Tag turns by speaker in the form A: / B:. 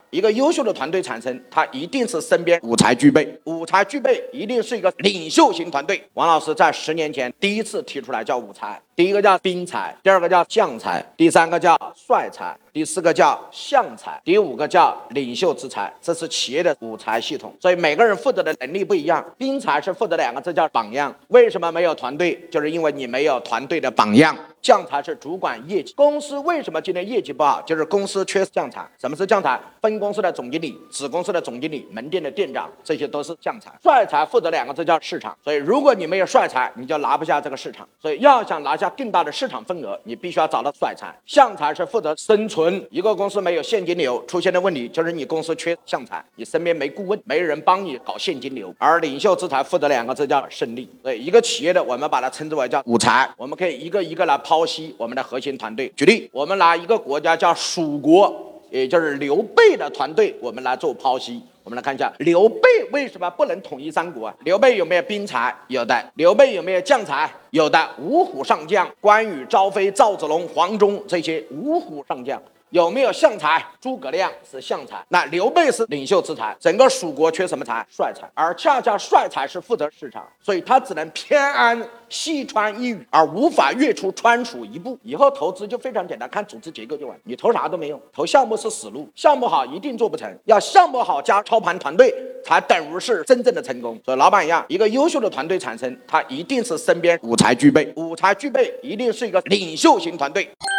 A: 一个优秀的团队产生，它一定是身边五才具备，五才具备一定是一个领袖型团队。王老师在10年前第一次提出来叫五才，第一个叫兵才，第二个叫将才，第三个叫帅才，第四个叫相才，第五个叫领袖之才，这是企业的五才系统。所以每个人负责的能力不一样，兵才是负责2个字叫榜样。为什么没有团队？就是因为你没有团队的榜样。将才是主管业绩，公司为什么今天业绩不好？就是公司缺将才。什么是将才？分公司的总经理、子公司的总经理、门店的店长，这些都是将才。帅才负责2个字叫市场。所以如果你没有帅才，你就拿不下这个市场。所以要想拿下更大的市场份额，你必须要找到帅才。相才是负责生存。一个公司没有现金流，出现的问题就是你公司缺相才，你身边没顾问，没人帮你搞现金流。而领袖之才负责2个字叫胜利。所以一个企业的我们把它称之为叫五才，我们可以一个一个来剖析我们的核心团队。举例，我们拿一个国家叫蜀国，也就是刘备的团队，我们来做剖析。我们来看一下刘备为什么不能统一三国啊？刘备有没有兵才？有的。刘备有没有将才？有的。五虎上将，关羽、赵飞、赵子龙、黄忠，这些五虎上将。有没有相才？诸葛亮是相才，那刘备是领袖之才。整个蜀国缺什么才？帅才。而恰恰帅才是负责市场，所以他只能偏安西川一隅，而无法越出川蜀一步。以后投资就非常简单，看组织结构就完，你投啥都没用，投项目是死路，项目好一定做不成，要项目好加操盘团队才等于是真正的成功。所以老板一样，一个优秀的团队产生，它一定是身边五才具备，五才具备一定是一个领袖型团队。